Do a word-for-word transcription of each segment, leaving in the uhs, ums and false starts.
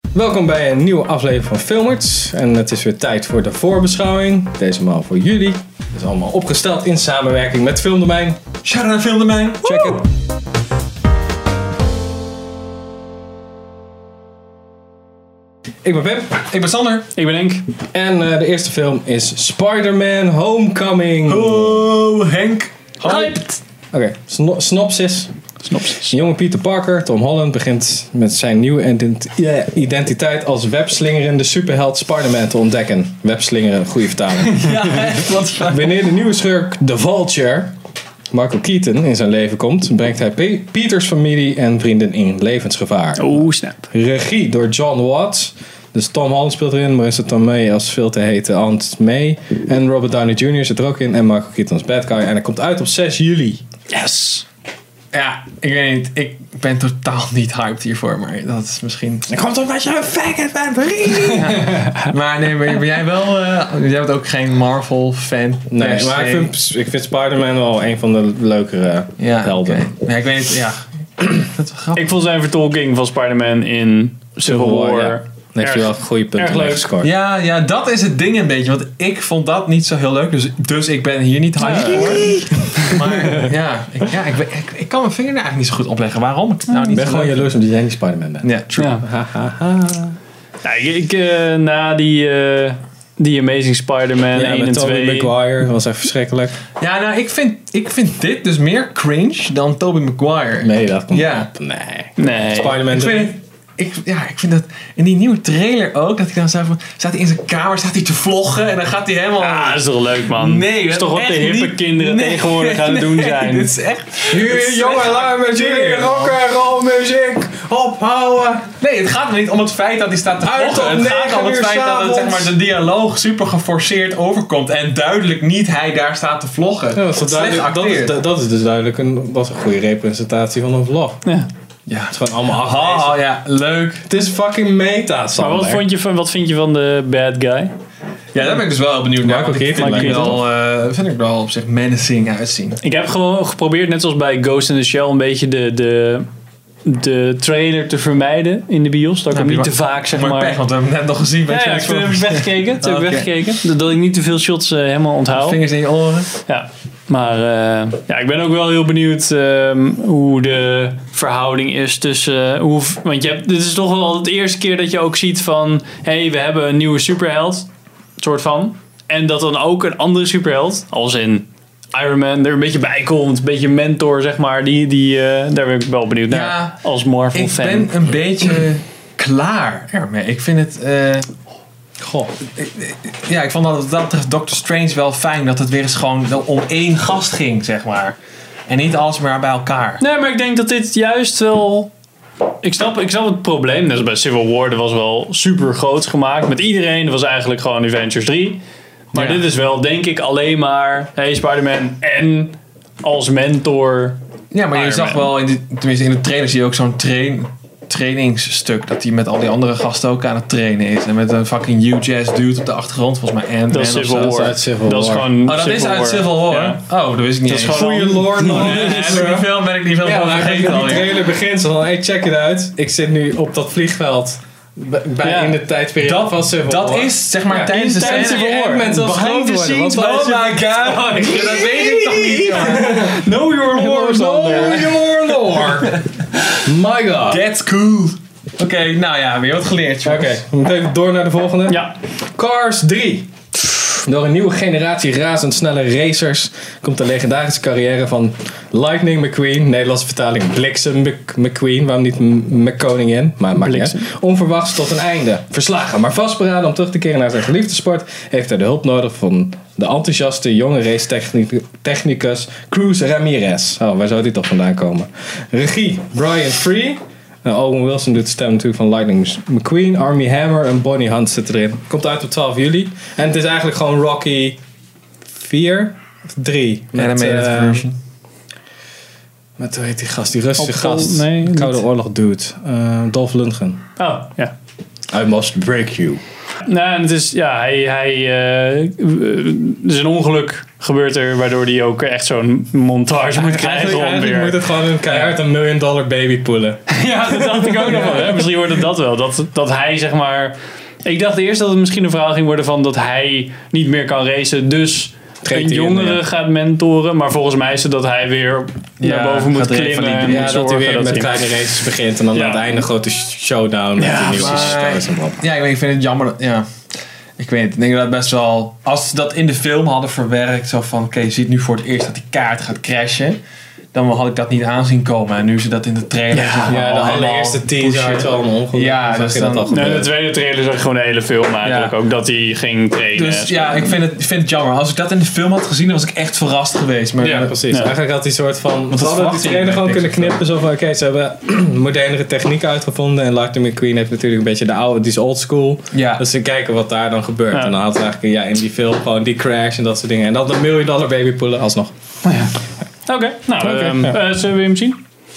Welkom bij een nieuwe aflevering van Filmerts. En het is weer tijd voor de voorbeschouwing. Deze maal voor jullie. Het is allemaal opgesteld in samenwerking met Filmdomein. Shout-out naar Filmdomein. Check het. Ik ben Pip. Ik ben Sander. Ik ben Henk. En uh, de eerste film is Spider-Man Homecoming. Oh, Henk. Hyped. Oké, okay. Sno- synopsis. Snopsies. Een jonge Peter Parker, Tom Holland, begint met zijn nieuwe ident- identiteit als webslingerende superheld Spider-Man te ontdekken. Webslingeren, goede vertaling. Ja, echt. Wat Wanneer de nieuwe schurk The Vulture, Michael Keaton, in zijn leven komt, brengt hij P- Peters familie en vrienden in levensgevaar. Oh, snap. Regie door John Watts. Dus Tom Holland speelt erin, Marissa Tomei als veel te hete Aunt May. En Robert Downey junior zit er ook in en Michael Keaton als bad guy. En hij komt uit op zes juli. Yes. Ja, ik weet niet. Ik ben totaal niet hyped hiervoor, maar dat is misschien... Dan komt omdat je een faggot bent. Ja. Maar nee, ben jij wel... Uh, jij bent ook geen Marvel-fan? Nee, maar ik vind, ik vind Spider-Man wel een van de leukere ja, helden. Okay. Ja, ik weet niet, ja. Dat is grappig. Ik vond zijn vertolking van Spider-Man in Civil War... War ja. Dan heeft je wel goede punten leuk gescoord. Ja, ja, dat is het ding een beetje. Want ik vond dat niet zo heel leuk. Dus, dus ik ben hier niet hyped voor. Maar ja, ik, ja ik, ik, ik kan mijn vinger er eigenlijk niet zo goed opleggen. Waarom? Ik, nou, niet ik ben gewoon leuk. jaloers omdat jij niet Spider-Man bent. Ja, true. Ja. Ha, ha, ha. Ja, ik, ik, uh, na die, uh, die Amazing Spider-Man ja, één en Tobey twee... Maguire, dat was echt verschrikkelijk. Ja, nou, ik vind, ik vind dit dus meer cringe dan Tobey Maguire. Nee, dat komt Ja. op. Nee. Nee. Spider-Man. Ik vind, ik, ja, ik vind dat in die nieuwe trailer ook, dat ik dan zo van, staat hij in zijn kamer, staat hij te vloggen en dan gaat hij helemaal... Ah, dat is toch leuk, man. Nee, dat is toch wat de echt hippe niet. kinderen Nee, tegenwoordig aan het doen nee, zijn. Dit is echt... Hier, jongen, laat me met jullie rock'n'roll muziek ophouden. Nee, het gaat er niet om het feit dat hij staat te Uit vloggen. op Het gaat om het negen feit uur dat het, zeg maar, s'avonds. de dialoog super geforceerd overkomt en duidelijk niet hij daar staat te vloggen. Ja, dat, is Het duidelijk, dat, is, geacteerd. dat, dat is dus duidelijk een, dat is een goede representatie van een vlog. Ja. Ja, Het is gewoon allemaal Aha, afgelezen. ja, leuk. Het is fucking meta, Maar Sander. wat, vond je van, wat vind je van de bad guy? Ja, daar ben ik dus wel heel benieuwd naar. Michael want ik Keaton vind, ik lijkt me wel, uh, vind ik wel op zich menacing uitzien. Ik heb gewoon geprobeerd, net zoals bij Ghost in the Shell, een beetje de, de, de trailer te vermijden in de bios. Dat ik Ja, hem niet maar- te vaak, zeg maar maar... pech, want we hebben hem net nog gezien. Ja, ja, ik heb hem weggekeken. Toen heb ik Oké. weggekeken. Dat ik niet te veel shots uh, helemaal onthoud. Vingers in je oren. Ja. Maar uh, ja, ik ben ook wel heel benieuwd um, hoe de verhouding is tussen... Uh, hoe, want je hebt, dit is toch wel het eerste keer dat je ook ziet van... Hé, hey, we hebben een nieuwe superheld. Soort van. En dat dan ook een andere superheld, als in Iron Man, er een beetje bij komt. Een beetje mentor, zeg maar. Die, die, uh, daar ben ik wel benieuwd Ja, naar. Als Marvel-fan. Ik ben een beetje klaar ermee. Ik vind het... Uh, Goh. ja, ik vond dat, dat Doctor Strange wel fijn. Dat het weer eens gewoon om één gast ging, zeg maar. En niet alles maar bij elkaar. Nee, maar ik denk dat dit juist wel... Ik snap, ik snap het probleem. Net als bij Civil War, dat was wel super groot gemaakt. Met iedereen. Dat was eigenlijk gewoon Avengers drie. Maar Ja. dit is wel, denk ik, alleen maar... Hey, Spider-Man en als mentor... Ja, maar je Iron zag Man. wel, in de, tenminste in de trailer zie je ook zo'n train, trainingsstuk. Dat hij met al die andere gasten ook aan het trainen is. En met een fucking huge ass dude op de achtergrond. Volgens mij Ant-Man Dat is of Civil zo. War. Dat is uit Civil Dat is War. gewoon Oh, dat is Civil uit War. Civil War? Ja. Oh, dat wist ik niet Dat is eens. gewoon Goeie lore Nee, knowledge. heb ik die film, ben ik die film Ja, van maar vergeten die alweer. trailer begint zo van, hey, check het uit. Ik zit nu op dat vliegveld. Bij, bij Ja. in de tijdsperiode Dat, van Civil dat War. is, zeg maar, Ja, tijdens de tijdens scène. Civil War. Ant-Man was Behind groot the worden, scenes. want Oh wij my god. Dat weet ik toch niet, jongen. Know your lore, Sander. your lore. My god. That's cool. Oké, okay, nou ja, weer wat geleerd. Oké, okay, we moeten even door naar de volgende. Ja. Cars drie. Door een nieuwe generatie razendsnelle racers komt de legendarische carrière van Lightning McQueen, Nederlandse vertaling Bliksem McQueen, waarom niet McConaughey, maar maakt niet uit, onverwachts tot een einde. Verslagen, maar vastberaden om terug te keren naar zijn geliefde sport, heeft hij de hulp nodig van de enthousiaste jonge racetechnicus Cruz Ramirez. Oh, waar zou die toch vandaan komen? Regie Brian Free. Uh, Owen Wilson doet de stem natuurlijk van Lightning McQueen. Armie Hammer en Bonnie Hunt zitten erin. Komt uit op twaalf juli. En het is eigenlijk gewoon Rocky vier of drie. Met, Animated uh, version. met, hoe heet die gast? Die Russische Op- gast. nee, Koude niet. Oorlog dude. Uh, Dolph Lundgren. Oh, ja. I must break you. Nou, en het is, ja, hij, hij uh, er is een ongeluk gebeurt er, waardoor hij ook echt zo'n montage moet krijgen. Eigenlijk, om eigenlijk weer... moet het gewoon een keihard een million dollar baby poelen. Ja, dat dacht ik ook nog wel. Hè? Misschien wordt het dat wel. Dat, dat hij, zeg maar... Ik dacht eerst dat het misschien een verhaal ging worden van dat hij niet meer kan racen, dus een jongere ja. gaat mentoren. Maar volgens mij is het dat hij weer ja, naar boven moet klimmen. En ja, moet dat hij weer dat met hij... kleine races begint en dan ja. aan het einde een grote showdown met ja, de nieuwe stars. Ja, ik, weet, ik vind het jammer. Dat, ja. Ik weet het. Ik denk dat het best wel... Als ze dat in de film hadden verwerkt, zo van... Oké, okay, je ziet nu voor het eerst dat die kaart gaat crashen. Dan had ik dat niet aanzien komen. En nu ze dat in de trailer... Ja, ja de allereerste teaser had al een ongeluk. Ja, dus dan, dat al nee, de tweede trailer zag ik gewoon de hele film eigenlijk. Ja. Ook dat hij ging trainen. Dus ja, ik vind, het, ik vind het jammer. Als ik dat in de film had gezien, dan was ik echt verrast geweest. Maar, ja, precies. Ja. Eigenlijk had hij soort van... Want we hadden die trailer gewoon kunnen knippen. Zo van, oké, okay, ze hebben modernere techniek uitgevonden. En Lightning McQueen heeft natuurlijk een beetje de oude... Die is old school. Ja. Dus ze kijken wat daar dan gebeurt. Ja. En dan had ze eigenlijk ja, in die film gewoon die crash en dat soort dingen. En dan een million dollar baby pullen alsnog. Oh ja. Oké, okay, nou, okay, um, ja. uh, zullen we hem zien?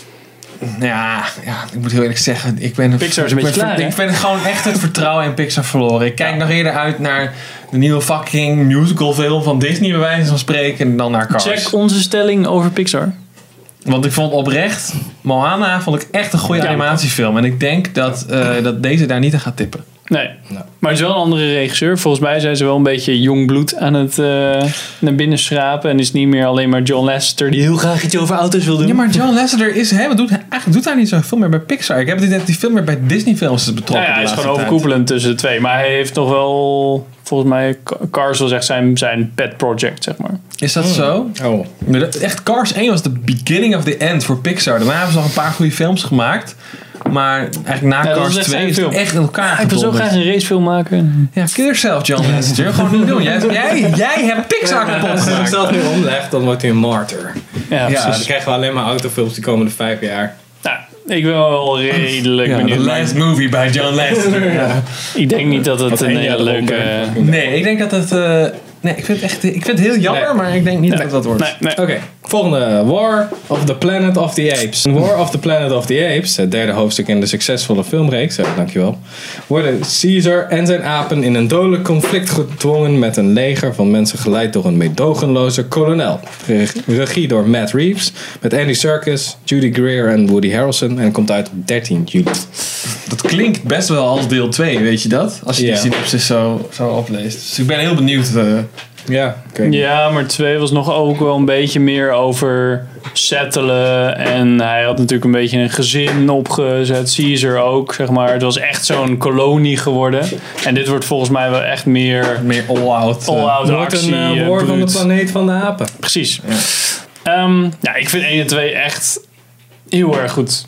Ja, ja, ik moet heel eerlijk zeggen, ik ben, Pixar is een ik beetje ben, klaar, ik ben gewoon echt het vertrouwen in Pixar verloren. Ik kijk ja. nog eerder uit naar de nieuwe fucking musical film van Disney bij wijze van spreken en dan naar Cars. Check onze stelling over Pixar. Want ik vond oprecht, Moana vond ik echt een goede ja. animatiefilm. En ik denk dat, uh, dat deze daar niet aan gaat tippen. Nee, nou. Maar het is wel een andere regisseur. Volgens mij zijn ze wel een beetje jong bloed aan het uh, naar binnen schrapen. En is niet meer alleen maar John Lasseter die heel graag iets over auto's wil doen. Ja, maar John Lasseter is, hè, wat doet, eigenlijk doet hij niet zoveel meer bij Pixar. Ik heb het idee dat hij veel meer bij Disney films is betrokken. Ja, ja, hij is gewoon tijd. overkoepelend tussen de twee. Maar hij heeft toch wel, volgens mij, Cars was echt zijn, zijn pet project, zeg maar. Is dat hmm. zo? Oh. Echt, Cars één was de beginning of the end voor Pixar. Daarna hebben ze nog een paar goede films gemaakt. Maar eigenlijk na ja, Cars twee is het echt in elkaar ja, ik wil zo graag een racefilm maken. Ja, kill yourself, John Lasseter. Gewoon niet doen. Jij, jij, jij hebt Pixar kapot gemaakt. Als hij zichzelf nu omlegt, dan wordt hij een martyr. Ja, ja dan krijgen we alleen maar autofilms de komende vijf jaar. Nou, ik ben wel redelijk ja, benieuwd. The Last Movie bij John Lasseter. Ja. Ik denk niet dat het Wat een hele leuke... Nee, ik denk dat het... Uh, nee, ik vind het echt ik vind het heel jammer, nee. maar ik denk niet nee. dat dat wordt. Nee, nee. Oké, okay. Volgende. War of the Planet of the Apes. In War of the Planet of the Apes, het derde hoofdstuk in de succesvolle filmreeks, eh, dankjewel, worden Caesar en zijn apen in een dodelijk conflict gedwongen met een leger van mensen geleid door een meedogenloze kolonel. Regie door Matt Reeves, met Andy Serkis, Judy Greer en Woody Harrelson en komt uit op dertien juli. Dat klinkt best wel als deel twee, weet je dat? Als je yeah. die synopsis zo, zo opleest. Dus ik ben heel benieuwd. Uh, ja, okay. ja, maar twee was nog ook wel een beetje meer over settelen. En hij had natuurlijk een beetje een gezin opgezet. Caesar ook, zeg maar. Het was echt zo'n kolonie geworden. En dit wordt volgens mij wel echt meer... Meer all-out. All-out uh, actie. Het wordt een uh, war van de planeet van de apen. Precies. Ja, um, ja ik vind één en twee echt heel erg goed.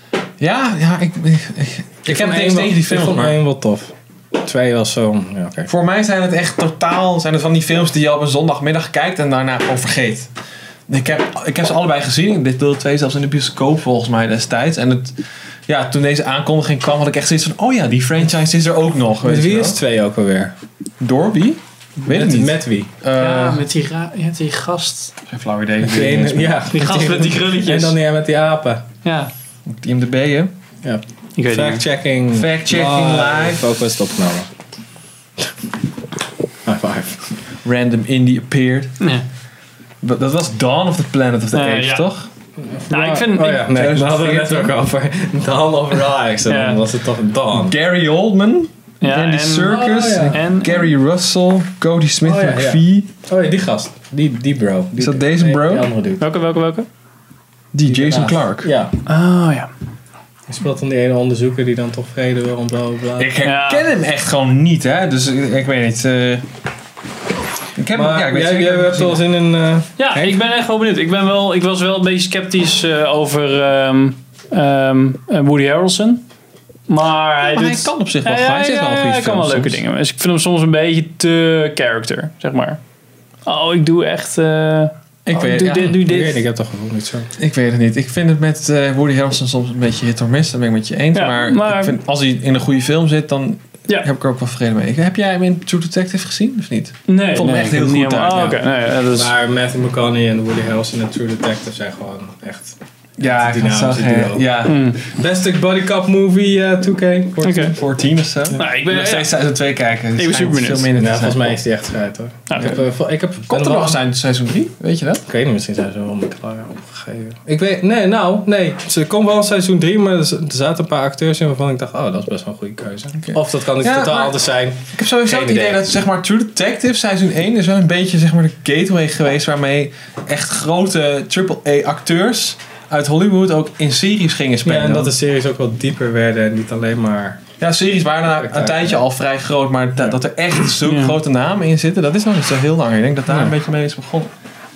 Ja, ja, ik... Ik, ik, ik heb niks tegen die film. Ik vond één wel tof. Twee was zo... Ja, okay. Voor mij zijn het echt totaal... Zijn het van die films die je op een zondagmiddag kijkt en daarna gewoon vergeet. Ik heb, ik heb ze allebei gezien. Dit deel twee zelfs in de bioscoop volgens mij destijds. En het, ja, toen deze aankondiging kwam had ik echt zoiets van... Oh ja, die franchise is er ook nog. Met wie is twee ook alweer? Door wie? Weet met, het niet. Met wie? Uh, ja, met die, ra- ja, die gast. Geen flauw idee. Die, ene, ja, die gast met die krulletjes. En dan ja, met die apen. Ja. Die I M D B, hè? Ja. Fact-checking. Fact-checking live. live. Ook was het opgenomen. High five. Random indie appeared. Ja. Dat was Dawn of the Planet of the Apes, uh, ja. toch? Nou, ik vind... Oh ja, nee, we hadden het net ook over Dawn of Rise. En ja. dan was het toch Dawn. Gary Oldman. Ja, Andy Serkis. Oh, ja. En Gary Russell. Cody Smith oh, ja, McPhee. Ja. Oh ja, die gast. Die, die bro. Die is dat deze bro? Nee, die andere dude. Welke, welke, welke? Die, die Jason Clarke. Ja. Oh ja. Hij speelt dan die ene onderzoeker die dan toch vrede wil en bla bla. Ik herken ja. hem echt gewoon niet, hè. Dus ik, ik weet niet... Uh, ik heb maar, ja, ik weet jij, jij hebt wel zin in... Uh, ja, Henk? Ik ben echt wel benieuwd. Ik, ben wel, ik was wel een beetje sceptisch uh, over um, um, Woody Harrelson. Maar hij, maar doet, hij kan op zich wel. Ja, hij zit wel ja, goede hij kan wel leuke dingen. Dus ik vind hem soms een beetje te character, zeg maar. Oh, ik doe echt... Uh, ik oh, weet, doe ja, dit, doe dit. Ik, weet, ik heb toch gevoel niet zo. Ik weet het niet. Ik vind het met uh, Woody Harrelson soms een beetje hit or miss. Dat ben ik met je eens. Ja, maar maar ik vind, als hij in een goede film zit, dan ja. heb ik er ook wel vrede mee. Heb jij hem in True Detective gezien of niet? Nee. Ik vond hem nee, echt heel goed daar. Oh, okay. nee, ja, dat is... Maar Matthew McConaughey en Woody Harrelson en True Detective zijn gewoon echt Ja, ik Dynamische zag het. duo. Ja, Mm. Beste Buddy Cop movie uh, two K. Oké. veertien of zo. Nou, ik ben nog steeds ja. seizoen twee kijken. Ik ben super benieuwd. Ja, volgens mij is die echt eruit hoor. Ah, Ik heb, uh, vol- ik heb Komt er ben nog wel- zijn seizoen drie? Weet je dat? Ik weet niet, misschien zijn ze wel met klaar opgegeven. Ik weet, nee, nou, nee. Ze komt wel in seizoen drie, maar er z- er zaten een paar acteurs in waarvan ik dacht, oh, dat is best wel een goede keuze. Oké. Of dat kan iets Ja, totaal maar- anders zijn. Ik heb sowieso Geen het idee idee. dat zeg maar True Detective seizoen één is wel een beetje zeg maar de gateway geweest waarmee echt grote triple A acteurs uit Hollywood ook in series gingen spelen. Ja, en dat de series ook wel dieper werden en niet alleen maar... Ja, series waren na een Spectakel. tijdje al vrij groot, maar da- Ja. dat er echt zulke Ja. grote namen in zitten, dat is nog niet zo heel lang. Ik denk dat daar Ja. een beetje mee is begonnen.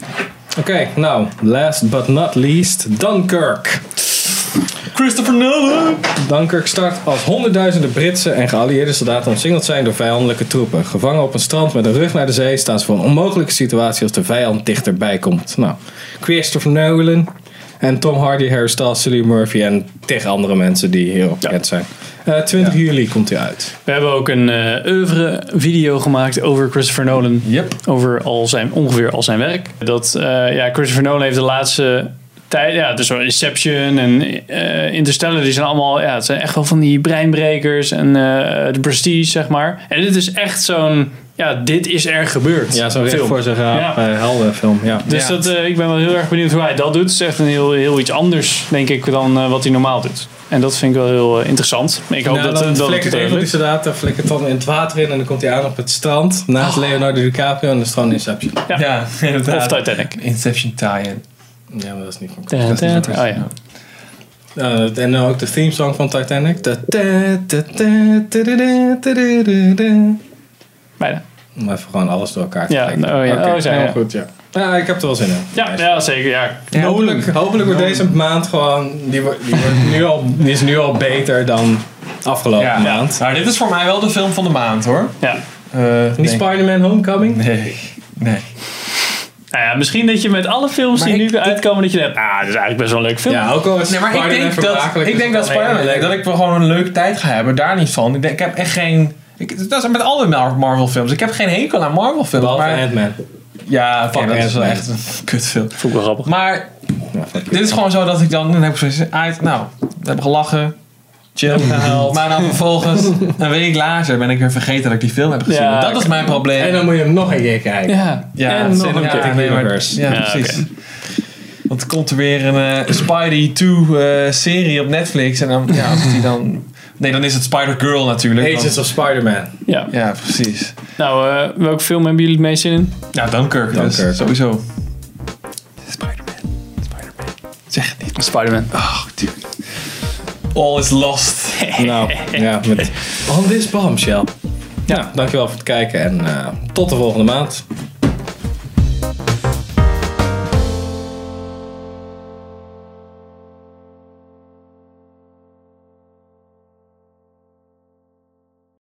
Oké, nou, last but not least, Dunkirk. Christopher Nolan! Dunkirk start als honderdduizenden Britse en geallieerde soldaten omsingeld zijn door vijandelijke troepen. Gevangen op een strand met een rug naar de zee staan ze voor een onmogelijke situatie als de vijand dichterbij komt. Nou, Christopher Nolan en Tom Hardy, Harry Styles, Cillian Murphy en tegen andere mensen die heel Ja. bekend zijn. Uh, twintig juli komt hij uit. We hebben ook een uh, oeuvre video gemaakt over Christopher Nolan. Yep. Over al zijn, ongeveer al zijn werk. Dat, uh, ja, Christopher Nolan heeft de laatste tijd... Ja, dus zo Inception en uh, Interstellar, die zijn allemaal... Ja, het zijn echt wel van die breinbrekers en uh, de Prestige, zeg maar. En dit is echt zo'n... Ja, dit is er gebeurd. Ja, zo'n recht film. voor zich Ja. uh, heldenfilm. Ja. Dus Ja. dat, uh, ik ben wel heel erg benieuwd hoe hij dat doet. Het is echt een heel, heel iets anders, denk ik, dan uh, wat hij normaal doet. En dat vind ik wel heel uh, interessant. Ik hoop Nou, dat, dan uh, dat flikkert het een uh, van die lukt. soldaten flikkert dan in het water in en dan komt hij aan op het strand naast Leonardo DiCaprio en dat is gewoon Inception. Ja. Ja, inderdaad. Of Titanic. Inception tie-in. Ja, maar dat is niet van Ta- ta- ta- Oh ja. Uh, en ook de theme song van Titanic. Ta- ta- ta- ta- ta- ta- ta- ta- ta- ta. Bijna. Om even gewoon alles door elkaar te Ja, trekken. oh ja, Oké, oh, zo, helemaal ja. goed, ja. Ja, ik heb er wel zin in. Ja, ja, zeker. Ja. Ja, hopelijk, hopelijk wordt deze maand gewoon... Die, wordt, die, wordt nu al, die is nu al beter dan afgelopen Ja. maand. Nou, dit is voor mij wel de film van de maand hoor. Ja. Uh, Niet nee. Spider-Man Homecoming? Nee. Nee. Nou ja, misschien dat je met alle films Maar die ik- nu uitkomen, dat je denkt, ah, dit is eigenlijk best wel een leuk film. Ja, ook al is Nee, maar ik Spider-Man denk dat, vermakelijk, ik is denk het dat wel Spider-Man, heel dat ik wel gewoon een leuke tijd ga hebben. Daar niet van. Ik, denk, ik heb echt geen... Ik, dat is met alle Mar- Marvel films. Ik heb geen hekel aan Marvel films. Behalve Maar, Ant-Man. ja, oké, Fuck dat is wel Ant-Man. echt een kutfilm. Vond ik wel grappig. Maar Ja, fuck dit is gewoon zo dat ik dan... Dan heb ik zoiets uit. Nou, we hebben gelachen. Chill gehaald. Maar dan vervolgens, een week later, ben ik weer vergeten dat ik die film heb gezien. Ja, dat is mijn probleem. En dan moet je hem nog een keer kijken. Ja. ja, en nog een ja, keer nee, maar- Universe. Ja, Ja, precies. oké. Want er komt er weer een uh, Spidey twee uh, serie op Netflix. En dan, ja, als die dan... Nee, dan is het Spider-Girl natuurlijk. Agents want- of Spider-Man. Ja. Ja, precies. Nou, uh, welke film hebben jullie het meest zin in? Ja, Dunkirk. Dus, Dunkirk. sowieso. Spider-Man. Spider-Man. Zeg het niet. Spider-Man. Oh, dude. All is lost. Nou, ja, met On This Bombshell. Ja, dankjewel voor het kijken en uh, tot de volgende maand.